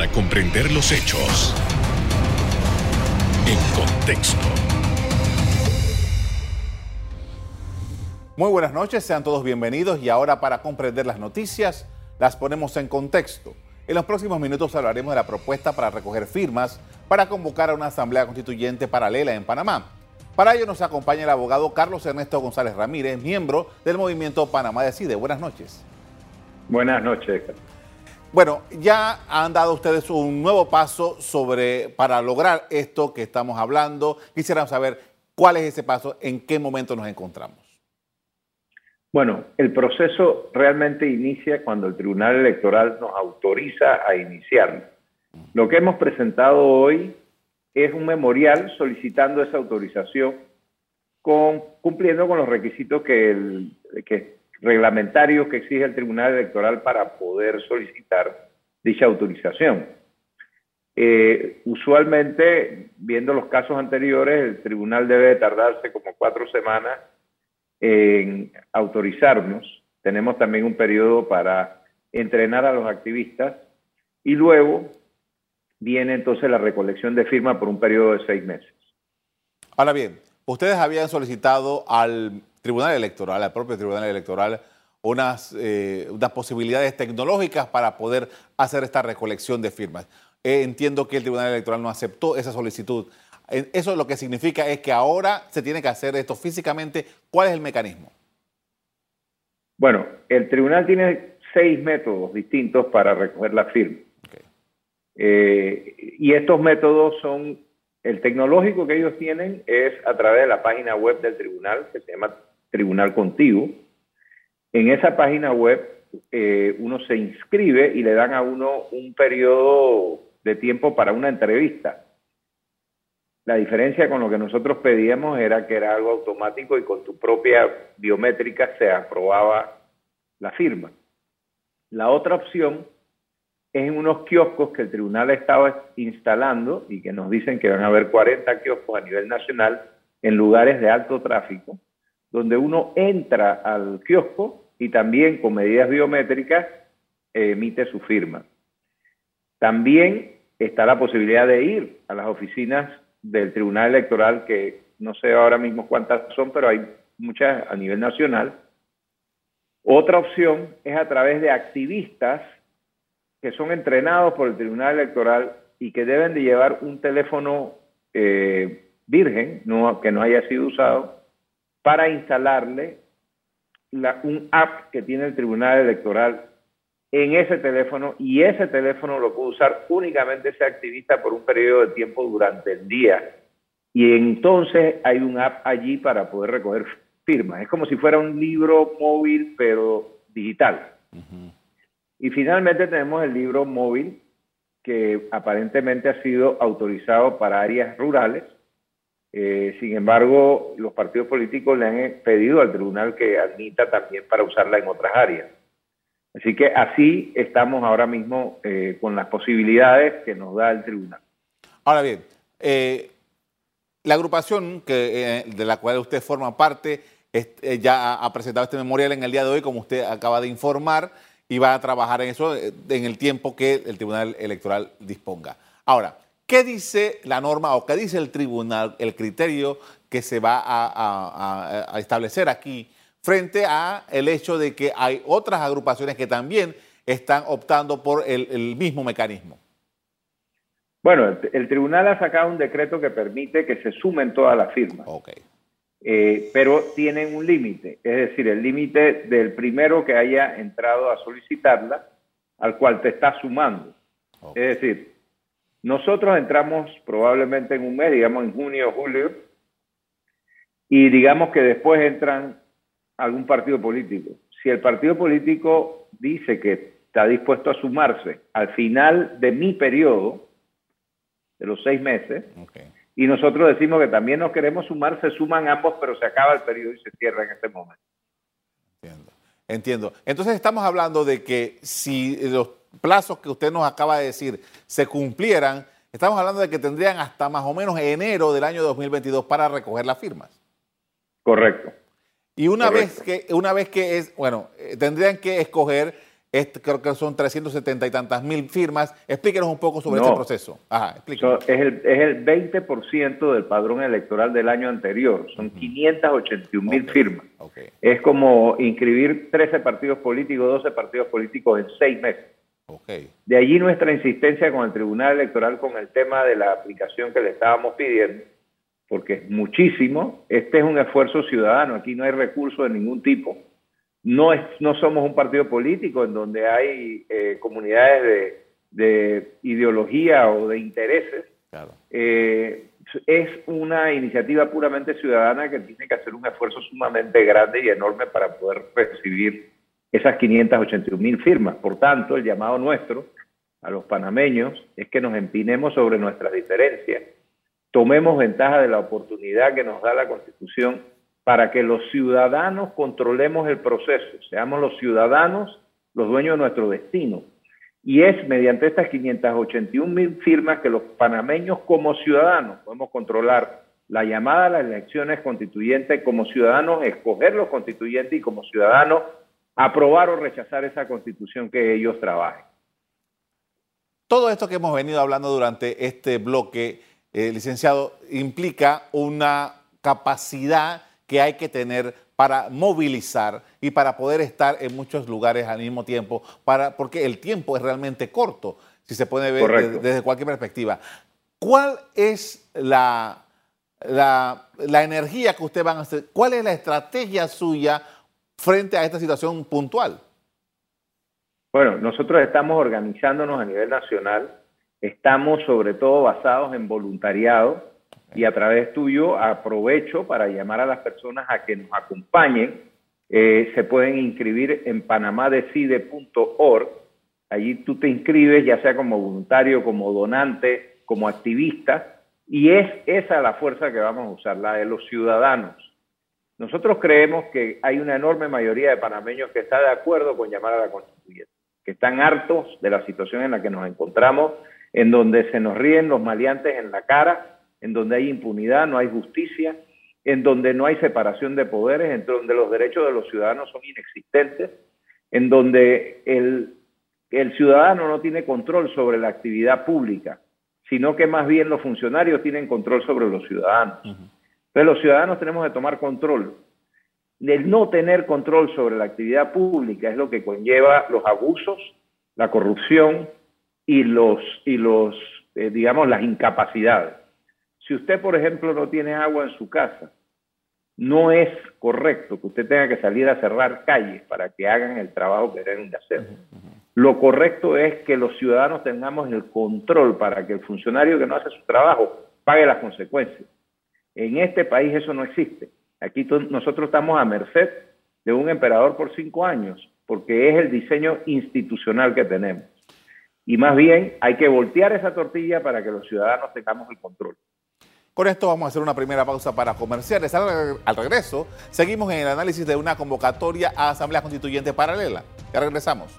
para comprender los hechos en contexto. Muy buenas noches, sean todos bienvenidos y ahora para comprender las noticias las ponemos en contexto. En los próximos minutos hablaremos de la propuesta para recoger firmas para convocar a una asamblea constituyente paralela en Panamá. Para ello nos acompaña el abogado Carlos Ernesto González Ramírez, miembro del movimiento Panamá Decide. Buenas noches. Buenas noches. Bueno, ya han dado ustedes un nuevo paso para lograr esto que estamos hablando. Quisiéramos saber cuál es ese paso, en qué momento nos encontramos. Bueno, el proceso realmente inicia cuando el Tribunal Electoral nos autoriza a iniciarlo. Lo que hemos presentado hoy es un memorial solicitando esa autorización cumpliendo con los requisitos reglamentarios que exige el Tribunal Electoral para poder solicitar dicha autorización. Usualmente, viendo los casos anteriores, el tribunal debe tardarse como 4 semanas en autorizarnos. Tenemos también un periodo para entrenar a los activistas y luego viene entonces la recolección de firmas por un periodo de 6 meses. Ahora bien, ustedes habían solicitado al Tribunal Electoral, al propio Tribunal Electoral, unas posibilidades tecnológicas para poder hacer esta recolección de firmas. Entiendo que el Tribunal Electoral no aceptó esa solicitud. Eso lo que significa es que ahora se tiene que hacer esto físicamente. ¿Cuál es el mecanismo? Bueno, el tribunal tiene 6 métodos distintos para recoger la firma. Okay. Y estos métodos son, el tecnológico que ellos tienen es a través de la página web del tribunal, que se llama Tribunal Contigo. En esa página web uno se inscribe y le dan a uno un periodo de tiempo para una entrevista. La diferencia con lo que nosotros pedíamos era que era algo automático y con tu propia biométrica se aprobaba la firma. La otra opción es en unos kioscos que el tribunal estaba instalando y que nos dicen que van a haber 40 kioscos a nivel nacional en lugares de alto tráfico, donde uno entra al kiosco y también con medidas biométricas emite su firma. También está la posibilidad de ir a las oficinas del Tribunal Electoral, que no sé ahora mismo cuántas son, pero hay muchas a nivel nacional. Otra opción es a través de activistas que son entrenados por el Tribunal Electoral y que deben de llevar un teléfono virgen, que no haya sido usado, para instalarle un app que tiene el Tribunal Electoral en ese teléfono, y ese teléfono lo puede usar únicamente ese activista por un periodo de tiempo durante el día. Y entonces hay un app allí para poder recoger firmas. Es como si fuera un libro móvil, pero digital. Uh-huh. Y finalmente tenemos el libro móvil, que aparentemente ha sido autorizado para áreas rurales. Sin embargo, los partidos políticos le han pedido al tribunal que admita también para usarla en otras áreas. Así que así estamos ahora mismo con las posibilidades que nos da el tribunal. Ahora bien, la agrupación de la cual usted forma parte ya ha presentado este memorial en el día de hoy, como usted acaba de informar, y va a trabajar en eso en el tiempo que el Tribunal Electoral disponga. Ahora, ¿qué dice la norma o qué dice el tribunal, el criterio que se va a establecer aquí frente a el hecho de que hay otras agrupaciones que también están optando por el mismo mecanismo? Bueno, el tribunal ha sacado un decreto que permite que se sumen todas las firmas. Okay. Pero tienen un límite, es decir, el límite del primero que haya entrado a solicitarla, al cual te está sumando. Okay. Es decir, nosotros entramos probablemente en un mes, digamos en junio o julio, y digamos que después entran algún partido político. Si el partido político dice que está dispuesto a sumarse al final de mi periodo, de los 6 meses, okay, y nosotros decimos que también nos queremos sumar, se suman ambos, pero se acaba el periodo y se cierra en este momento. Entiendo. Entonces estamos hablando de que si los plazos que usted nos acaba de decir se cumplieran, estamos hablando de que tendrían hasta más o menos enero del año 2022 para recoger las firmas. Correcto. Y una vez que tendrían que escoger creo que son 370 y tantas mil firmas. Explíquenos un poco sobre este proceso. Ajá, explíquenos. Es el 20% del padrón electoral del año anterior. Son 581.000 firmas. Es como inscribir 13 partidos políticos, 12 partidos políticos en 6 meses. De allí nuestra insistencia con el Tribunal Electoral con el tema de la aplicación que le estábamos pidiendo, porque es muchísimo. Este es un esfuerzo ciudadano. Aquí no hay recursos de ningún tipo. No somos un partido político en donde hay comunidades de ideología o de intereses. Claro. Es una iniciativa puramente ciudadana que tiene que hacer un esfuerzo sumamente grande y enorme para poder recibir esas 581.000 firmas. Por tanto, el llamado nuestro a los panameños es que nos empinemos sobre nuestras diferencias, tomemos ventaja de la oportunidad que nos da la Constitución para que los ciudadanos controlemos el proceso, seamos los ciudadanos los dueños de nuestro destino. Y es mediante estas 581.000 firmas que los panameños como ciudadanos podemos controlar la llamada a las elecciones constituyentes, como ciudadanos escoger los constituyentes y como ciudadanos aprobar o rechazar esa constitución que ellos trabajen. Todo esto que hemos venido hablando durante este bloque, licenciado, implica una capacidad que hay que tener para movilizar y para poder estar en muchos lugares al mismo tiempo, porque el tiempo es realmente corto, si se puede ver desde cualquier perspectiva. ¿Cuál es la energía que ustedes van a hacer? ¿Cuál es la estrategia suya frente a esta situación puntual? Bueno, nosotros estamos organizándonos a nivel nacional, estamos sobre todo basados en voluntariado, y a través tuyo aprovecho para llamar a las personas a que nos acompañen. Se pueden inscribir en panamadecide.org. Allí tú te inscribes, ya sea como voluntario, como donante, como activista, y es esa la fuerza que vamos a usar, la de los ciudadanos. Nosotros creemos que hay una enorme mayoría de panameños que está de acuerdo con llamar a la constituyente, que están hartos de la situación en la que nos encontramos, en donde se nos ríen los maleantes en la cara, en donde hay impunidad, no hay justicia, en donde no hay separación de poderes, en donde los derechos de los ciudadanos son inexistentes, en donde el ciudadano no tiene control sobre la actividad pública, sino que más bien los funcionarios tienen control sobre los ciudadanos. Entonces los ciudadanos tenemos que tomar control. El no tener control sobre la actividad pública es lo que conlleva los abusos, la corrupción y digamos, las incapacidades. Si usted, por ejemplo, no tiene agua en su casa, no es correcto que usted tenga que salir a cerrar calles para que hagan el trabajo que deben de hacer. Lo correcto es que los ciudadanos tengamos el control para que el funcionario que no hace su trabajo pague las consecuencias. En este país eso no existe. Aquí nosotros estamos a merced de un emperador por 5 años, porque es el diseño institucional que tenemos. Y más bien hay que voltear esa tortilla para que los ciudadanos tengamos el control. Con esto vamos a hacer una primera pausa para comerciales. Al regreso, seguimos en el análisis de una convocatoria a Asamblea Constituyente paralela. Ya regresamos.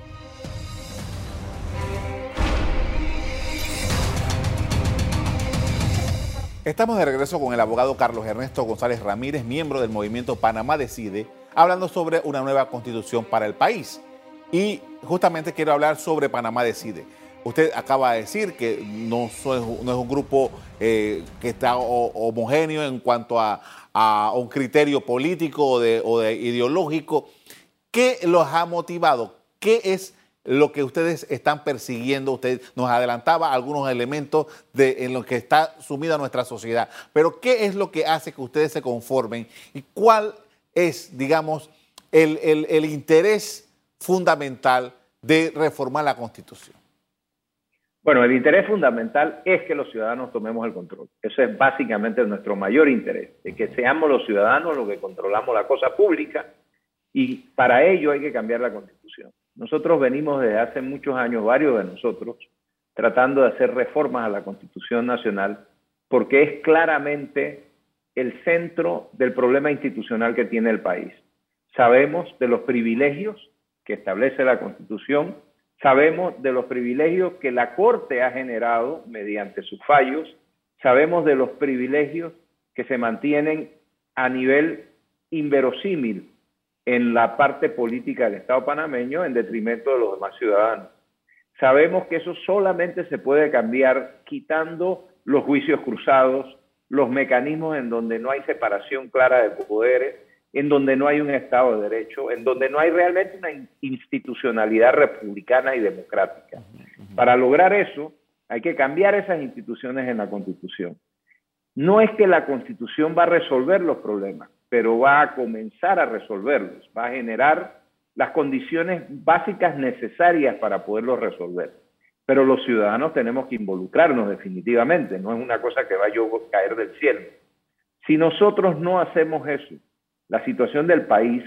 Estamos de regreso con el abogado Carlos Ernesto González Ramírez, miembro del movimiento Panamá Decide, hablando sobre una nueva constitución para el país. Y justamente quiero hablar sobre Panamá Decide. Usted acaba de decir que no es un grupo que está homogéneo en cuanto a un criterio político o de ideológico. ¿Qué los ha motivado? ¿Qué es lo que ustedes están persiguiendo? Usted nos adelantaba algunos elementos en los que está sumida nuestra sociedad. Pero ¿qué es lo que hace que ustedes se conformen? ¿Y cuál es, digamos, el interés fundamental de reformar la Constitución? Bueno, el interés fundamental es que los ciudadanos tomemos el control. Eso es básicamente nuestro mayor interés, de que seamos los ciudadanos los que controlamos la cosa pública, y para ello hay que cambiar la Constitución. Nosotros venimos desde hace muchos años, varios de nosotros, tratando de hacer reformas a la Constitución Nacional, porque es claramente el centro del problema institucional que tiene el país. Sabemos de los privilegios que establece la Constitución, sabemos de los privilegios que la Corte ha generado mediante sus fallos, sabemos de los privilegios que se mantienen a nivel inverosímil en la parte política del Estado panameño en detrimento de los demás ciudadanos. Sabemos que eso solamente se puede cambiar quitando los juicios cruzados, los mecanismos en donde no hay separación clara de poderes, en donde no hay un Estado de Derecho, en donde no hay realmente una institucionalidad republicana y democrática. Para lograr eso, hay que cambiar esas instituciones en la Constitución. No es que la Constitución va a resolver los problemas, pero va a comenzar a resolverlos, va a generar las condiciones básicas necesarias para poderlos resolver. Pero los ciudadanos tenemos que involucrarnos definitivamente, no es una cosa que vaya a caer del cielo. Si nosotros no hacemos eso, la situación del país,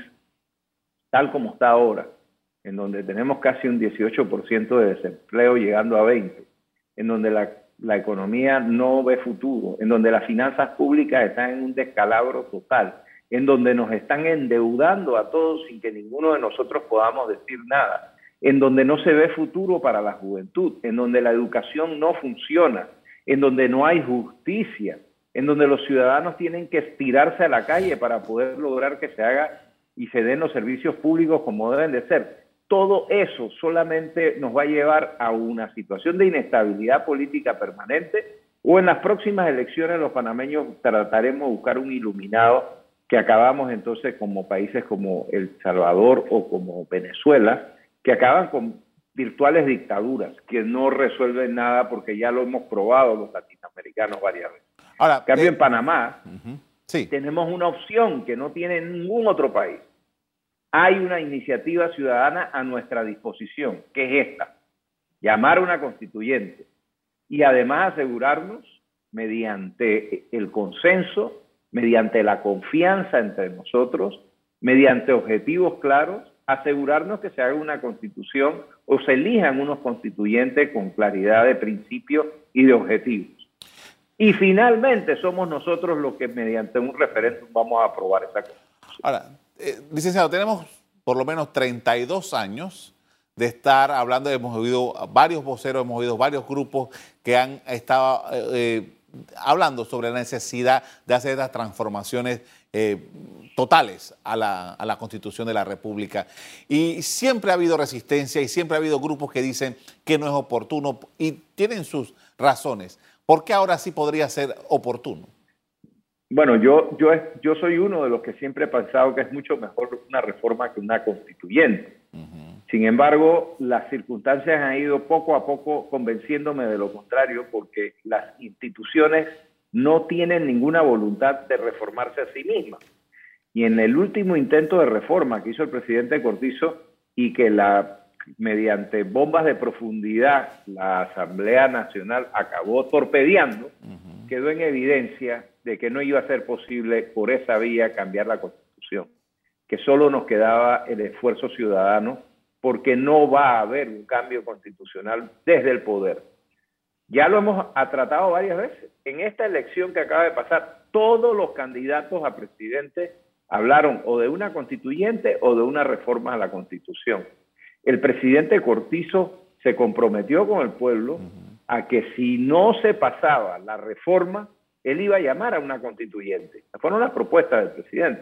tal como está ahora, en donde tenemos casi un 18% de desempleo llegando a 20%, en donde la economía no ve futuro, en donde las finanzas públicas están en un descalabro total, en donde nos están endeudando a todos sin que ninguno de nosotros podamos decir nada, en donde no se ve futuro para la juventud, en donde la educación no funciona, en donde no hay justicia, en donde los ciudadanos tienen que estirarse a la calle para poder lograr que se haga y se den los servicios públicos como deben de ser. Todo eso solamente nos va a llevar a una situación de inestabilidad política permanente, o en las próximas elecciones los panameños trataremos de buscar un iluminado que acabamos entonces como países como El Salvador o como Venezuela, que acaban con virtuales dictaduras, que no resuelven nada porque ya lo hemos probado los latinoamericanos varias veces. Ahora, En cambio, en Panamá sí, tenemos una opción que no tiene ningún otro país. Hay una iniciativa ciudadana a nuestra disposición, que es esta: llamar a una constituyente y además asegurarnos, mediante el consenso, mediante la confianza entre nosotros, mediante objetivos claros, asegurarnos que se haga una constitución o se elijan unos constituyentes con claridad de principios y de objetivos. Y finalmente somos nosotros los que mediante un referéndum vamos a aprobar esa constitución. ahora, licenciado, tenemos por lo menos 32 años de estar hablando, hemos oído varios voceros, hemos oído varios grupos que han estado hablando sobre la necesidad de hacer estas transformaciones totales a la Constitución de la República. Y siempre ha habido resistencia y siempre ha habido grupos que dicen que no es oportuno y tienen sus razones. ¿Por qué ahora sí podría ser oportuno? Bueno, yo soy uno de los que siempre he pensado que es mucho mejor una reforma que una constituyente. Sin embargo, las circunstancias han ido poco a poco convenciéndome de lo contrario, porque las instituciones no tienen ninguna voluntad de reformarse a sí mismas. Y en el último intento de reforma que hizo el presidente Cortizo y que mediante bombas de profundidad la Asamblea Nacional acabó torpedeando, quedó en evidencia de que no iba a ser posible por esa vía cambiar la Constitución, que solo nos quedaba el esfuerzo ciudadano, porque no va a haber un cambio constitucional desde el poder. Ya lo hemos tratado varias veces. En esta elección que acaba de pasar, todos los candidatos a presidente hablaron o de una constituyente o de una reforma a la Constitución. El presidente Cortizo se comprometió con el pueblo a que si no se pasaba la reforma, él iba a llamar a una constituyente. Fueron las propuestas del presidente.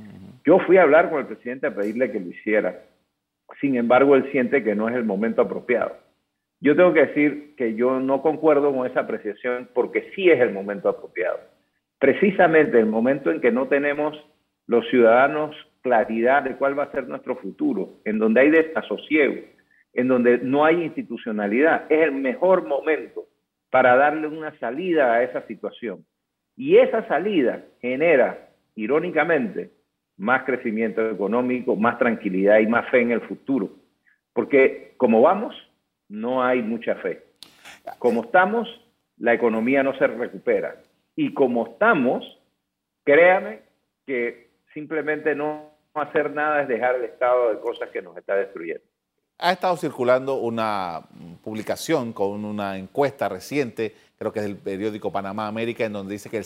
Yo fui a hablar con el presidente a pedirle que lo hiciera. Sin embargo, él siente que no es el momento apropiado. Yo tengo que decir que yo no concuerdo con esa apreciación, porque sí es el momento apropiado. Precisamente el momento en que no tenemos los ciudadanos claridad de cuál va a ser nuestro futuro, en donde hay desasosiego, en donde no hay institucionalidad, es el mejor momento para darle una salida a esa situación. Y esa salida genera, irónicamente, más crecimiento económico, más tranquilidad y más fe en el futuro. Porque como vamos, no hay mucha fe. Como estamos, la economía no se recupera. Y como estamos, créame que simplemente no hacer nada es dejar el estado de cosas que nos está destruyendo. Ha estado circulando una publicación con una encuesta reciente, creo que es del periódico Panamá América, en donde dice que el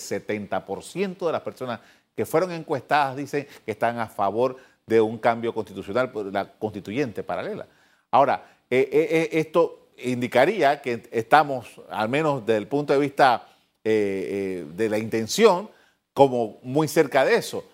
70% de las personas que fueron encuestadas dicen que están a favor de un cambio constitucional, la constituyente paralela. Ahora, esto indicaría que estamos, al menos desde el punto de vista de la intención, como muy cerca de eso.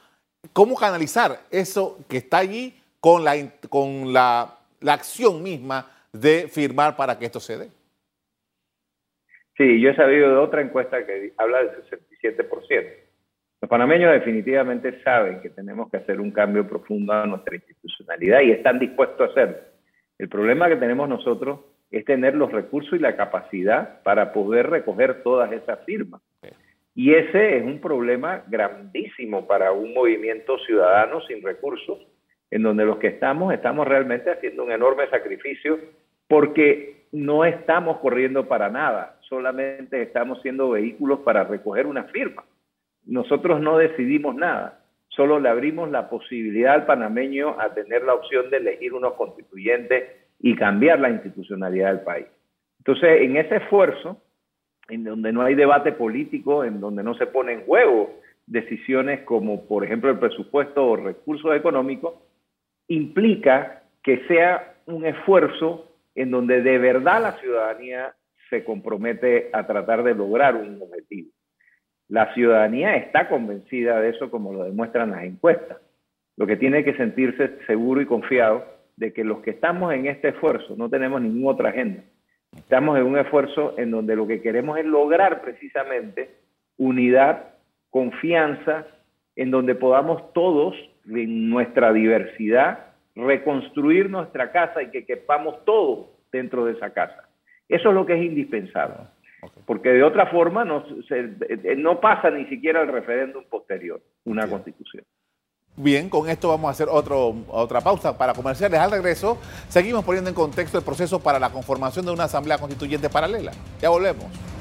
¿cómo canalizar eso que está allí con la acción misma de firmar para que esto se dé? Sí, yo he sabido de otra encuesta que habla del 67%. Los panameños definitivamente saben que tenemos que hacer un cambio profundo a nuestra institucionalidad y están dispuestos a hacerlo. El problema que tenemos nosotros es tener los recursos y la capacidad para poder recoger todas esas firmas. Y ese es un problema grandísimo para un movimiento ciudadano sin recursos, en donde los que estamos realmente haciendo un enorme sacrificio porque no estamos corriendo para nada, solamente estamos siendo vehículos para recoger una firma. Nosotros no decidimos nada, solo le abrimos la posibilidad al panameño a tener la opción de elegir unos constituyentes y cambiar la institucionalidad del país. Entonces, en ese esfuerzo, en donde no hay debate político, en donde no se pone en juego decisiones como, por ejemplo, el presupuesto o recursos económicos, implica que sea un esfuerzo en donde de verdad la ciudadanía se compromete a tratar de lograr un objetivo. La ciudadanía está convencida de eso, como lo demuestran las encuestas. Lo que tiene que sentirse seguro y confiado de que los que estamos en este esfuerzo no tenemos ninguna otra agenda. Estamos en un esfuerzo en donde lo que queremos es lograr precisamente unidad, confianza, en donde podamos todos, en nuestra diversidad, reconstruir nuestra casa y que quepamos todos dentro de esa casa. Eso es lo que es indispensable. Porque de otra forma no pasa ni siquiera el referéndum posterior, una constitución. Bien, con esto vamos a hacer otra pausa para comerciales. Al regreso, seguimos poniendo en contexto el proceso para la conformación de una asamblea constituyente paralela. Ya volvemos.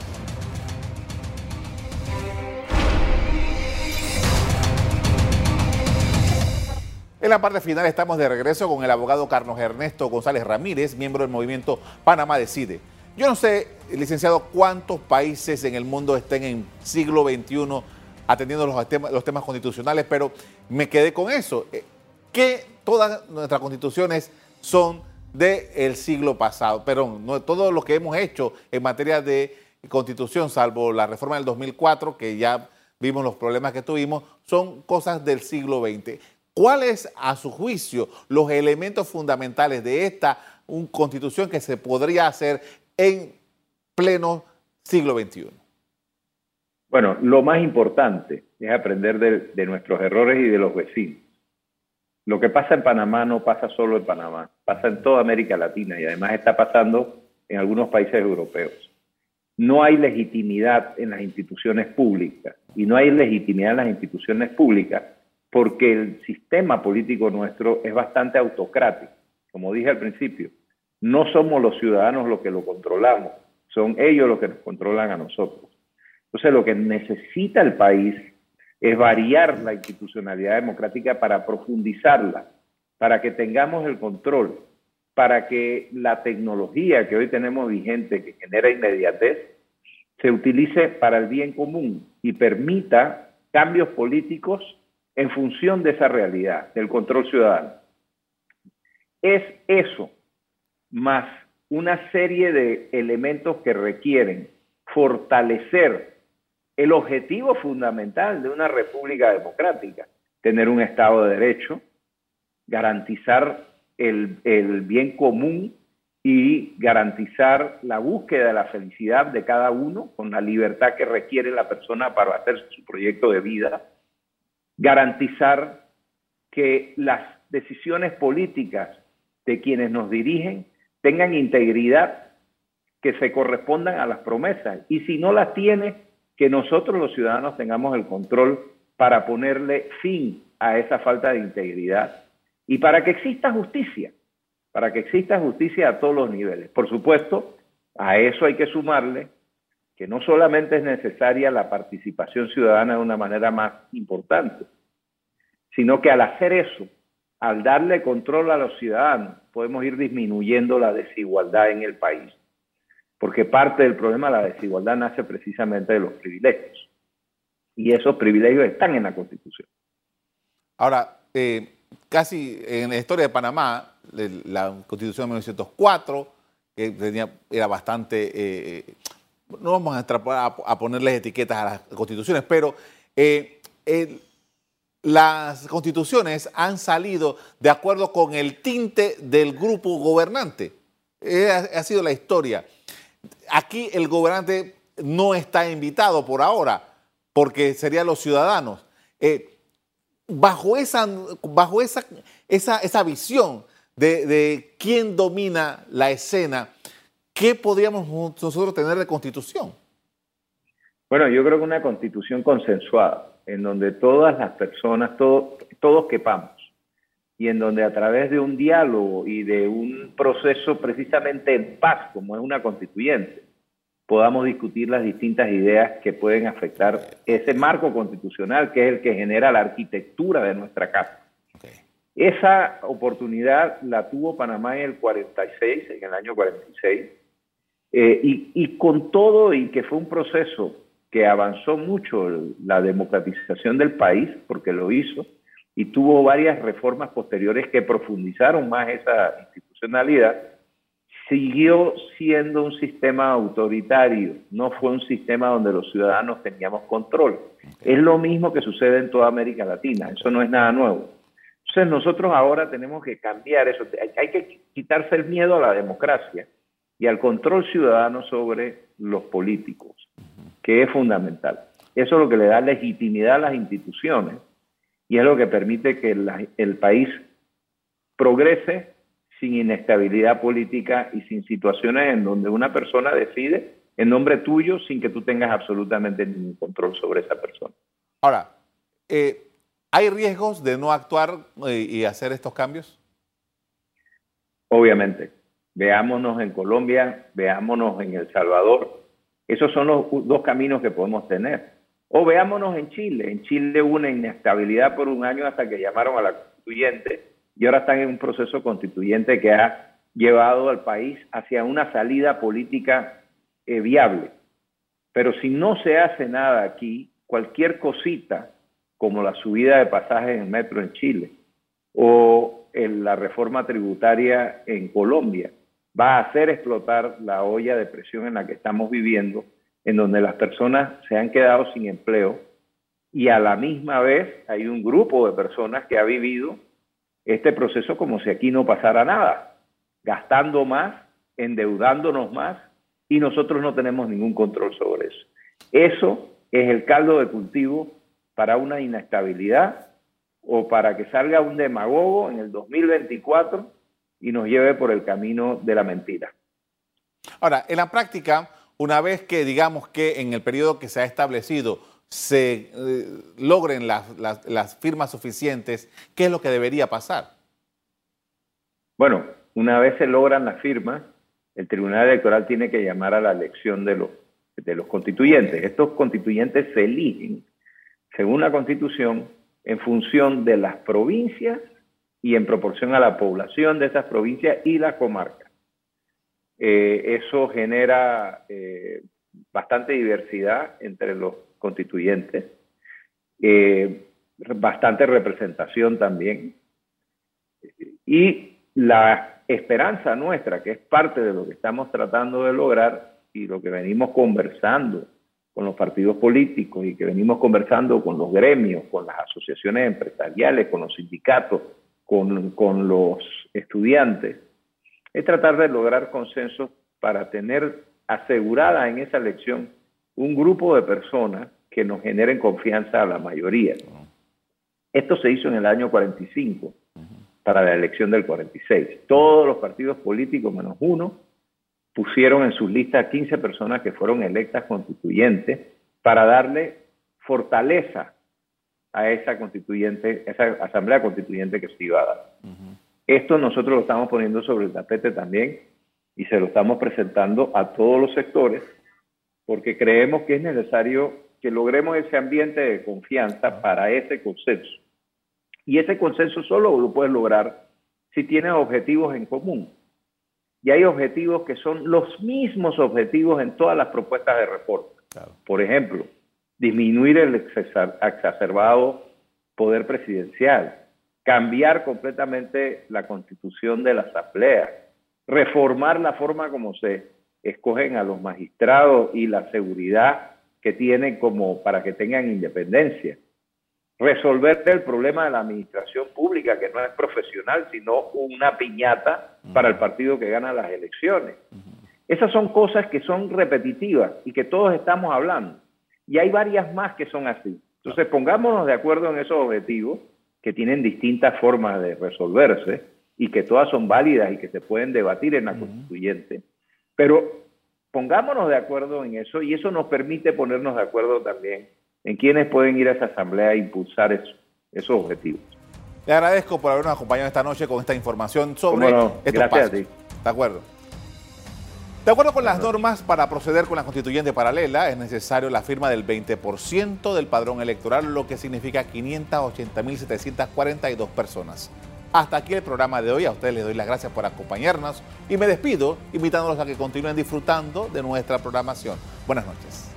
En la parte final estamos de regreso con el abogado Carlos Ernesto González Ramírez, miembro del movimiento Panamá Decide. Yo no sé, licenciado, cuántos países en el mundo estén en siglo XXI atendiendo los temas constitucionales, pero me quedé con eso, que todas nuestras constituciones son del siglo pasado, pero no, todo lo que hemos hecho en materia de constitución, salvo la reforma del 2004, que ya vimos los problemas que tuvimos, son cosas del siglo XX. ¿Cuáles, a su juicio, los elementos fundamentales de esta constitución que se podría hacer en pleno siglo XXI? Bueno, lo más importante es aprender de nuestros errores y de los vecinos. Lo que pasa en Panamá no pasa solo en Panamá, pasa en toda América Latina y además está pasando en algunos países europeos. No hay legitimidad en las instituciones públicas y no hay legitimidad en las instituciones públicas porque el sistema político nuestro es bastante autocrático. Como dije al principio, no somos los ciudadanos los que lo controlamos, son ellos los que nos controlan a nosotros. Entonces, lo que necesita el país es variar la institucionalidad democrática para profundizarla, para que tengamos el control, para que la tecnología que hoy tenemos vigente, que genera inmediatez, se utilice para el bien común y permita cambios políticos en función de esa realidad, del control ciudadano. Es eso, más una serie de elementos que requieren fortalecer el objetivo fundamental de una república democrática, tener un Estado de Derecho, garantizar el bien común y garantizar la búsqueda de la felicidad de cada uno con la libertad que requiere la persona para hacer su proyecto de vida, garantizar que las decisiones políticas de quienes nos dirigen tengan integridad, que se correspondan a las promesas y si no las tiene, que nosotros los ciudadanos tengamos el control para ponerle fin a esa falta de integridad y para que exista justicia a todos los niveles. Por supuesto, a eso hay que sumarle que no solamente es necesaria la participación ciudadana de una manera más importante, sino que al hacer eso, al darle control a los ciudadanos, podemos ir disminuyendo la desigualdad en el país. Porque parte del problema de la desigualdad nace precisamente de los privilegios. Y esos privilegios están en la Constitución. Ahora, casi en la historia de Panamá, la Constitución de 1904, que era bastante... no vamos a ponerles etiquetas a las constituciones, pero las constituciones han salido de acuerdo con el tinte del grupo gobernante. Ha sido la historia. Aquí el gobernante no está invitado por ahora, porque serían los ciudadanos. Bajo esa visión de quién domina la escena, ¿qué podríamos nosotros tener de constitución? Bueno, yo creo que una constitución consensuada, en donde todas las personas, todos quepamos, y en donde a través de un diálogo y de un proceso precisamente en paz, como es una constituyente, podamos discutir las distintas ideas que pueden afectar ese marco constitucional que es el que genera la arquitectura de nuestra casa. Okay. Esa oportunidad la tuvo Panamá en el año 46, y con todo, y que fue un proceso que avanzó mucho la democratización del país, porque lo hizo, y tuvo varias reformas posteriores que profundizaron más esa institucionalidad, siguió siendo un sistema autoritario, no fue un sistema donde los ciudadanos teníamos control. Es lo mismo que sucede en toda América Latina, eso no es nada nuevo. Entonces nosotros ahora tenemos que cambiar eso, hay que quitarse el miedo a la democracia y al control ciudadano sobre los políticos, que es fundamental. Eso es lo que le da legitimidad a las instituciones y es lo que permite que el país progrese sin inestabilidad política y sin situaciones en donde una persona decide en nombre tuyo sin que tú tengas absolutamente ningún control sobre esa persona. Ahora, ¿hay riesgos de no actuar y hacer estos cambios? Obviamente. Veámonos en Colombia, veámonos en El Salvador. Esos son los dos caminos que podemos tener. O veámonos en Chile. En Chile hubo una inestabilidad por un año hasta que llamaron a la constituyente y ahora están en un proceso constituyente que ha llevado al país hacia una salida política viable. Pero si no se hace nada aquí, cualquier cosita, como la subida de pasajes en el metro en Chile o la reforma tributaria en Colombia, va a hacer explotar la olla de presión en la que estamos viviendo, en donde las personas se han quedado sin empleo y a la misma vez hay un grupo de personas que ha vivido este proceso como si aquí no pasara nada, gastando más, endeudándonos más y nosotros no tenemos ningún control sobre eso. Eso es el caldo de cultivo para una inestabilidad o para que salga un demagogo en el 2024 y nos lleve por el camino de la mentira. Ahora, en la práctica, una vez que digamos que en el periodo que se ha establecido se logren las firmas suficientes, ¿qué es lo que debería pasar? Bueno, una vez se logran las firmas, el Tribunal Electoral tiene que llamar a la elección de los constituyentes. Estos constituyentes se eligen, según la Constitución, en función de las provincias y en proporción a la población de esas provincias y la comarca. Eso genera bastante diversidad entre los constituyentes, bastante representación también. Y la esperanza nuestra, que es parte de lo que estamos tratando de lograr y lo que venimos conversando con los partidos políticos y que venimos conversando con los gremios, con las asociaciones empresariales, con los sindicatos, con los estudiantes, es tratar de lograr consensos para tener asegurada en esa elección un grupo de personas que nos generen confianza a la mayoría. Esto se hizo en el año 45 para la elección del 46. Todos los partidos políticos, menos uno, pusieron en sus listas 15 personas que fueron electas constituyentes para darle fortaleza a esa constituyente, esa asamblea constituyente que se iba a dar. Esto nosotros lo estamos poniendo sobre el tapete también y se lo estamos presentando a todos los sectores porque creemos que es necesario que logremos ese ambiente de confianza para ese consenso. Y ese consenso solo lo puedes lograr si tienes objetivos en común. Y hay objetivos que son los mismos objetivos en todas las propuestas de reforma. Claro. Por ejemplo, disminuir el exacerbado poder presidencial, cambiar completamente la constitución de la Asamblea, reformar la forma como se escogen a los magistrados y la seguridad que tienen como para que tengan independencia. resolver el problema de la administración pública, que no es profesional, sino una piñata para el partido que gana las elecciones. Esas son cosas que son repetitivas y que todos estamos hablando. Y hay varias más que son así. Entonces, pongámonos de acuerdo en esos objetivos que tienen distintas formas de resolverse y que todas son válidas y que se pueden debatir en la constituyente. Pero pongámonos de acuerdo en eso y eso nos permite ponernos de acuerdo también en quiénes pueden ir a esa asamblea e impulsar esos objetivos. Le agradezco por habernos acompañado esta noche con esta información sobre estos Gracias pasos. a ti. De acuerdo. De acuerdo con las normas, para proceder con la constituyente paralela es necesario la firma del 20% del padrón electoral, lo que significa 580.742 personas. Hasta aquí el programa de hoy. A ustedes les doy las gracias por acompañarnos y me despido invitándolos a que continúen disfrutando de nuestra programación. Buenas noches.